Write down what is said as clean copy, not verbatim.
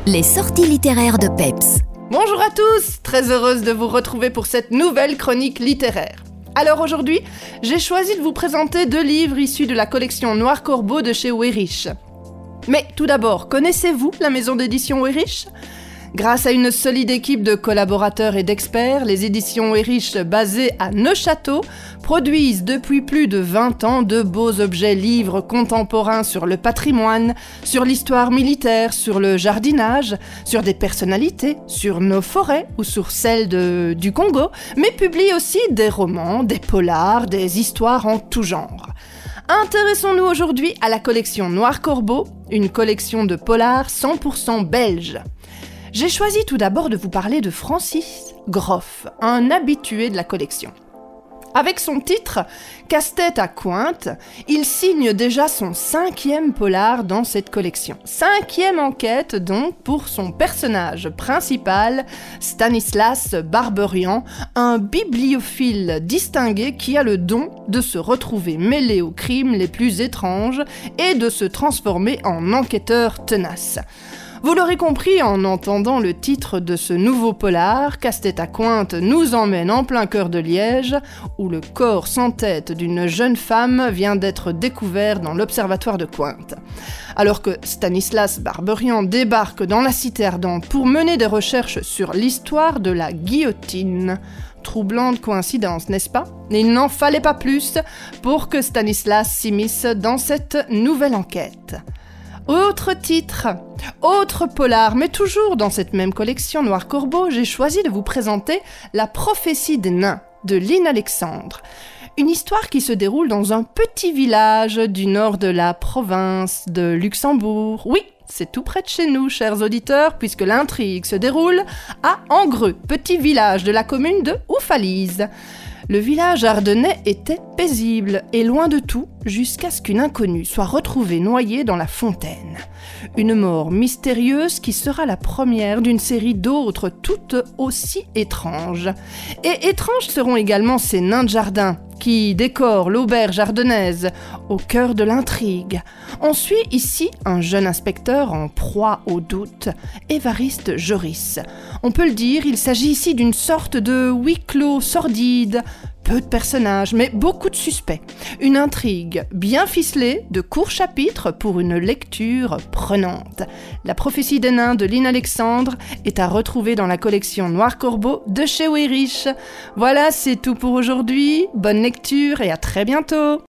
Les sorties littéraires de Peps. Bonjour à tous, très heureuse de vous retrouver pour cette nouvelle chronique littéraire. Alors aujourd'hui, j'ai choisi de vous présenter 2 livres issus de la collection Noir Corbeau de chez Weyrich. Mais tout d'abord, connaissez-vous la maison d'édition Weyrich ? Grâce à une solide équipe de collaborateurs et d'experts, les éditions Weyrich basées à Neufchâteau produisent depuis plus de 20 ans de beaux objets livres contemporains sur le patrimoine, sur l'histoire militaire, sur le jardinage, sur des personnalités, sur nos forêts ou sur celles du Congo, mais publient aussi des romans, des polars, des histoires en tout genre. Intéressons-nous aujourd'hui à la collection Noir Corbeau, une collection de polars 100% belge. J'ai choisi tout d'abord de vous parler de Francis Groff, un habitué de la collection. Avec son titre « Casse-tête à Cointe », il signe déjà son 5e polar dans cette collection. 5e enquête donc pour son personnage principal, Stanislas Barberian, un bibliophile distingué qui a le don de se retrouver mêlé aux crimes les plus étranges et de se transformer en enquêteur tenace. Vous l'aurez compris en entendant le titre de ce nouveau polar, Casse-tête à Cointe nous emmène en plein cœur de Liège, où le corps sans tête d'une jeune femme vient d'être découvert dans l'observatoire de Cointe. Alors que Stanislas Barberian débarque dans la cité ardente pour mener des recherches sur l'histoire de la guillotine. Troublante coïncidence, n'est-ce pas ? Il n'en fallait pas plus pour que Stanislas s'immisce dans cette nouvelle enquête. Autre titre, autre polar, mais toujours dans cette même collection Noir Corbeau, j'ai choisi de vous présenter La prophétie des nains de Lynn Alexandre. Une histoire qui se déroule dans un petit village du nord de la province de Luxembourg. Oui, c'est tout près de chez nous, chers auditeurs, puisque l'intrigue se déroule à Angreux, petit village de la commune de Oufalise. Le village ardennais était paisible et loin de tout jusqu'à ce qu'une inconnue soit retrouvée noyée dans la fontaine. Une mort mystérieuse qui sera la première d'une série d'autres toutes aussi étranges. Et étranges seront également ces nains de jardin qui décorent l'auberge ardennaise au cœur de l'intrigue. On suit ici un jeune inspecteur en proie au doute, Évariste Joris. On peut le dire, il s'agit ici d'une sorte de huis clos sordide. Peu de personnages, mais beaucoup de suspects. Une intrigue bien ficelée, de courts chapitres pour une lecture prenante. La prophétie des nains de Lynn Alexandre est à retrouver dans la collection Noir Corbeau de chez Weyrich. Voilà, c'est tout pour aujourd'hui. Bonne lecture et à très bientôt.